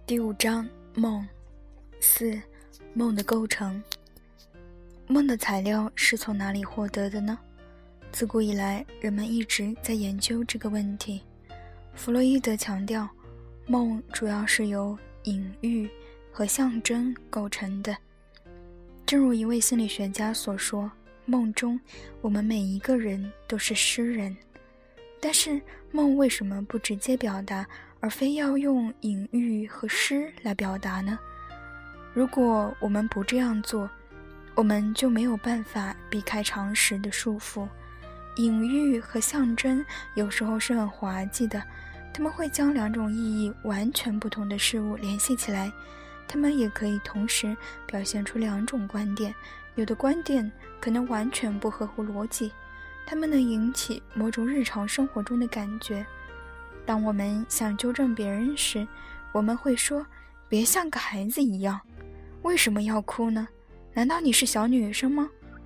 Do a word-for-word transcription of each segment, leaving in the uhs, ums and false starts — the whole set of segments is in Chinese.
第五章梦。四、梦的构成。梦的材料是从哪里获得的呢？自古以来，人们一直在研究这个问题。弗洛伊德强调，梦主要是由隐喻和象征构成的。正如一位心理学家所说，梦中我们每一个人都是诗人。但是梦为什么不直接表达，而非要用隐喻和诗来表达呢？如果我们不这样做，我们就没有办法避开常识的束缚。隐喻和象征有时候是很滑稽的，他们会将两种意义完全不同的事物联系起来，他们也可以同时表现出两种观点，有的观点可能完全不合乎逻辑，它们能引起某种日常生活中的感觉。当我们想纠正别人时，我们会说，别像个孩子一样，为什么要哭呢？难道你是小女生吗？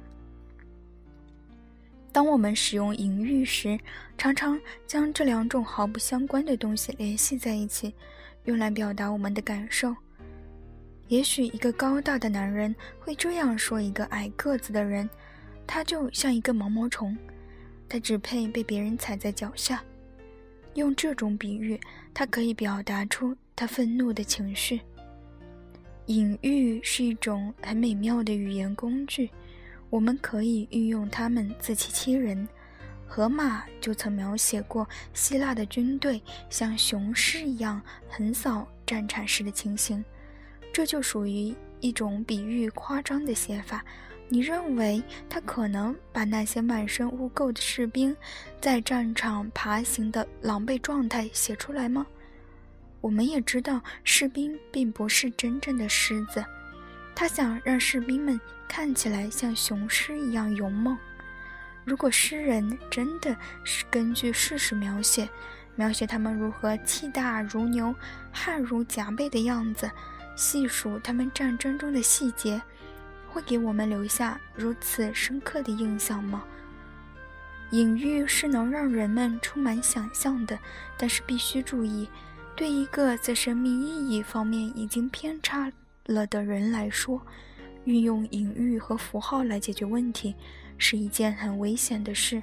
当我们使用隐喻时，常常将这两种毫不相关的东西联系在一起，用来表达我们的感受。也许一个高大的男人会这样说一个矮个子的人，他就像一个毛毛虫，他只配被别人踩在脚下。用这种比喻，他可以表达出他愤怒的情绪。隐喻是一种很美妙的语言工具，我们可以运用它们自欺欺人。荷马就曾描写过希腊的军队像雄狮一样横扫战场时的情形，这就属于一种比喻夸张的写法。你认为他可能把那些满身污垢的士兵在战场爬行的狼狈状态写出来吗？我们也知道士兵并不是真正的狮子，他想让士兵们看起来像雄狮一样勇猛。如果诗人真的是根据事实描写，描写他们如何气大如牛、汗如浃背的样子，细数他们战争中的细节，会给我们留下如此深刻的印象吗？隐喻是能让人们充满想象的，但是必须注意，对一个在生命意义方面已经偏差了的人来说，运用隐喻和符号来解决问题是一件很危险的事。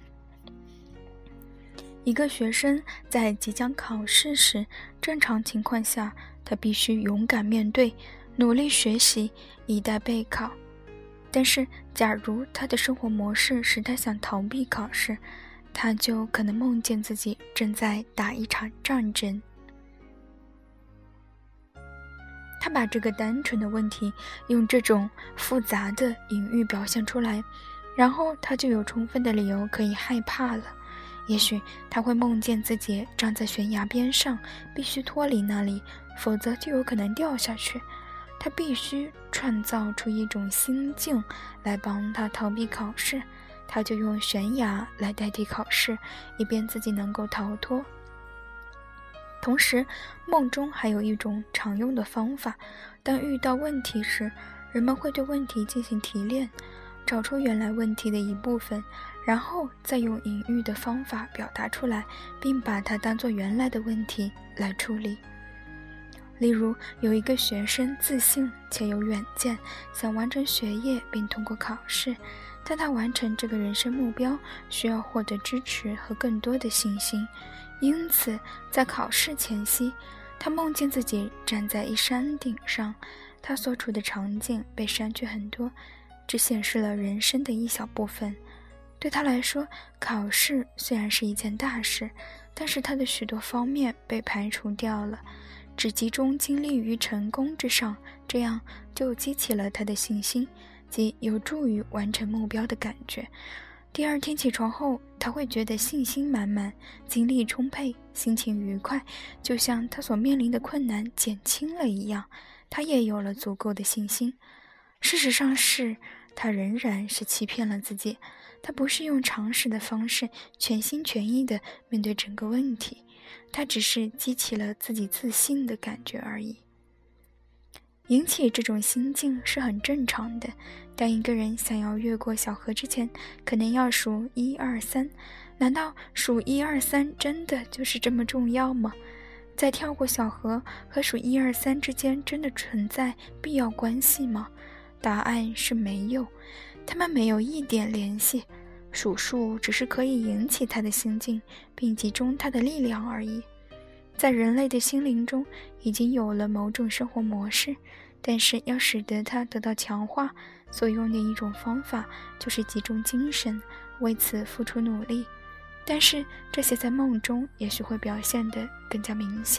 一个学生在即将考试时，正常情况下，他必须勇敢面对，努力学习，以待备考。但是假如他的生活模式使他想逃避考试，他就可能梦见自己正在打一场战争。他把这个单纯的问题用这种复杂的隐喻表现出来，然后他就有充分的理由可以害怕了。也许他会梦见自己站在悬崖边上，必须脱离那里，否则就有可能掉下去。他必须创造出一种心境来帮他逃避考试，他就用悬崖来代替考试，以便自己能够逃脱。同时，梦中还有一种常用的方法，当遇到问题时，人们会对问题进行提炼，找出原来问题的一部分，然后再用隐喻的方法表达出来，并把它当作原来的问题来处理。例如，有一个学生自信且有远见，想完成学业并通过考试，但他完成这个人生目标需要获得支持和更多的信心，因此在考试前夕，他梦见自己站在一山顶上，他所处的场景被删去很多，只显示了人生的一小部分。对他来说，考试虽然是一件大事，但是他的许多方面被排除掉了，只集中精力于成功之上，这样就激起了他的信心，即有助于完成目标的感觉。第二天起床后，他会觉得信心满满，精力充沛，心情愉快，就像他所面临的困难减轻了一样，他也有了足够的信心。事实上是，他仍然是欺骗了自己，他不是用常识的方式全心全意地面对整个问题，他只是激起了自己自信的感觉而已。引起这种心境是很正常的，当一个人想要越过小河之前，可能要数一二三，难道数一二三真的就是这么重要吗？ 在跳过小河和数一二三之间真的存在必要关系吗？答案是没有，他们没有一点联系。数数只是可以引起他的心境，并集中他的力量而已。在人类的心灵中已经有了某种生活模式，但是要使得它得到强化，所用的一种方法就是集中精神，为此付出努力。但是这些在梦中也许会表现得更加明显。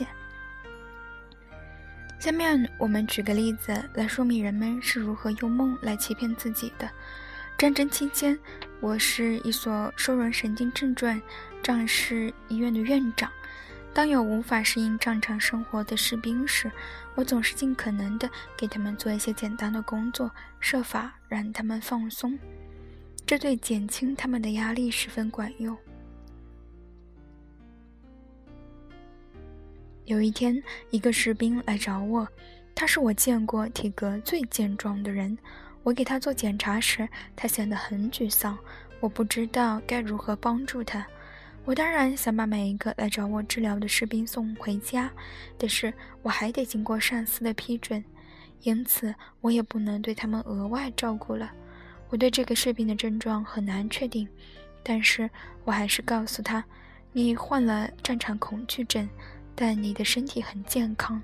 下面我们举个例子来说明人们是如何用梦来欺骗自己的。战争期间，我是一所收容神经症状战士医院的院长。当有无法适应战场生活的士兵时，我总是尽可能地给他们做一些简单的工作，设法让他们放松，这对减轻他们的压力十分管用。有一天，一个士兵来找我，他是我见过体格最健壮的人。我给他做检查时，他显得很沮丧，我不知道该如何帮助他。我当然想把每一个来找我治疗的士兵送回家，但是我还得经过上司的批准，因此我也不能对他们额外照顾了。我对这个士兵的症状很难确定，但是我还是告诉他，你患了战场恐惧症，但你的身体很健康。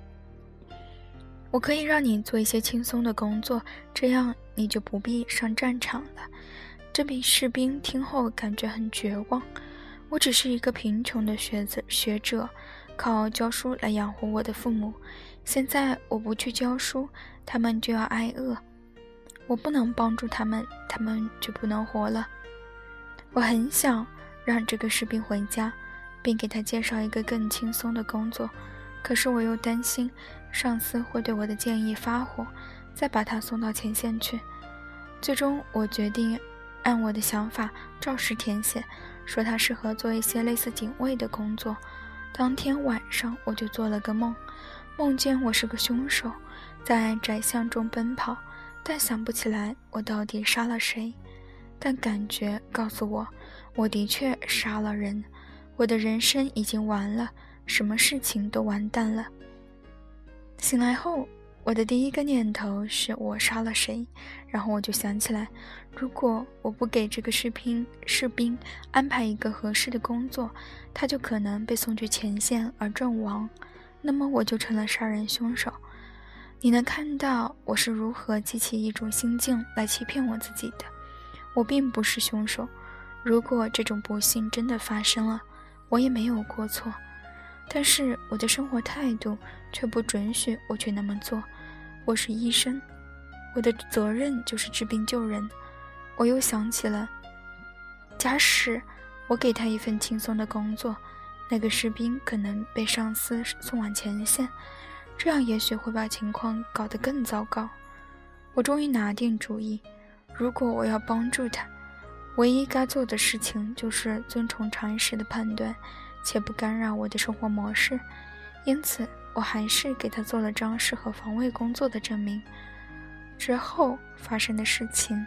我可以让你做一些轻松的工作，这样你就不必上战场了。这名士兵听后感觉很绝望。我只是一个贫穷的学者，学者，靠教书来养活我的父母。现在我不去教书，他们就要挨饿。我不能帮助他们，他们就不能活了。我很想让这个士兵回家，并给他介绍一个更轻松的工作，可是我又担心上司会对我的建议发火，再把他送到前线去。最终我决定按我的想法照实填写，说他适合做一些类似警卫的工作。当天晚上我就做了个梦，梦见我是个凶手，在窄巷中奔跑，但想不起来我到底杀了谁。但感觉告诉我，我的确杀了人，我的人生已经完了，什么事情都完蛋了。醒来后，我的第一个念头是我杀了谁，然后我就想起来，如果我不给这个士兵士兵安排一个合适的工作，他就可能被送去前线而阵亡，那么我就成了杀人凶手。你能看到我是如何激起一种心境来欺骗我自己的。我并不是凶手，如果这种不幸真的发生了，我也没有过错，但是我的生活态度却不准许我去那么做。我是医生，我的责任就是治病救人。我又想起了，假使我给他一份轻松的工作，那个士兵可能被上司送往前线，这样也许会把情况搞得更糟糕。我终于拿定主意，如果我要帮助他，唯一该做的事情就是遵从常识的判断，且不干扰我的生活模式。因此我还是给他做了张适合防卫工作的证明。之后发生的事情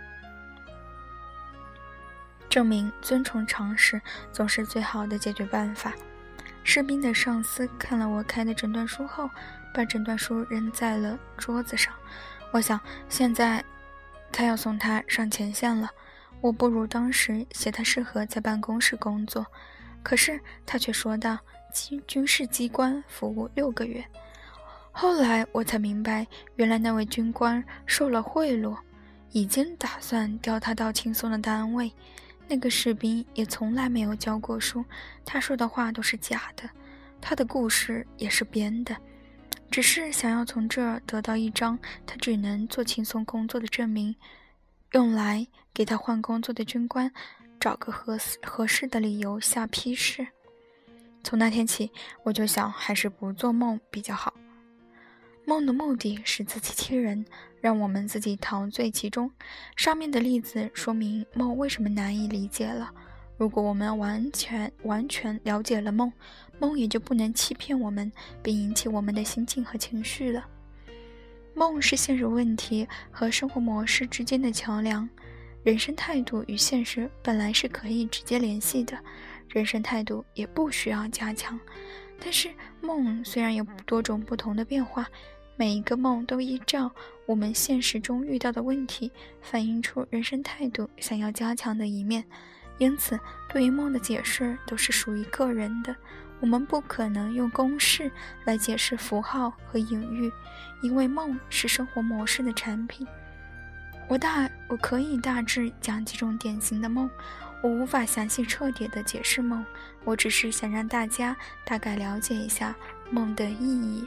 证明遵从常识总是最好的解决办法。士兵的上司看了我开的诊断书后，把诊断书扔在了桌子上。我想，现在他要送他上前线了，我不如当时写他适合在办公室工作。可是他却说道，军事机关服务六个月。后来我才明白，原来那位军官受了贿赂，已经打算调他到轻松的单位。那个士兵也从来没有教过书，他说的话都是假的，他的故事也是编的，只是想要从这儿得到一张他只能做轻松工作的证明，用来给他换工作的军官找个合适合适的理由下批示。从那天起，我就想还是不做梦比较好。梦的目的是自欺欺人，让我们自己陶醉其中。上面的例子说明梦为什么难以理解了。如果我们完全完全了解了梦，梦也就不能欺骗我们，并引起我们的心境和情绪了。梦是现实问题和生活模式之间的桥梁。人生态度与现实本来是可以直接联系的，人生态度也不需要加强， 但是梦虽然有多种不同的变化，每一个梦都依照我们现实中遇到的问题，反映出人生态度想要加强的一面。因此，对于梦的解释都是属于个人的，我们不可能用公式来解释符号和隐喻，因为梦是生活模式的产品。我大我可以大致讲几种典型的梦，我无法详细彻底的解释梦，我只是想让大家大概了解一下梦的意义。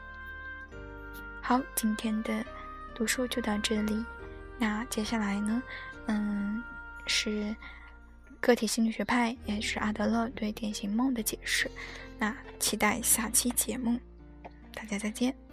好，今天的读书就到这里。那接下来呢，嗯，是个体心理学派，也是阿德勒对典型梦的解释。那期待下期节目，大家再见。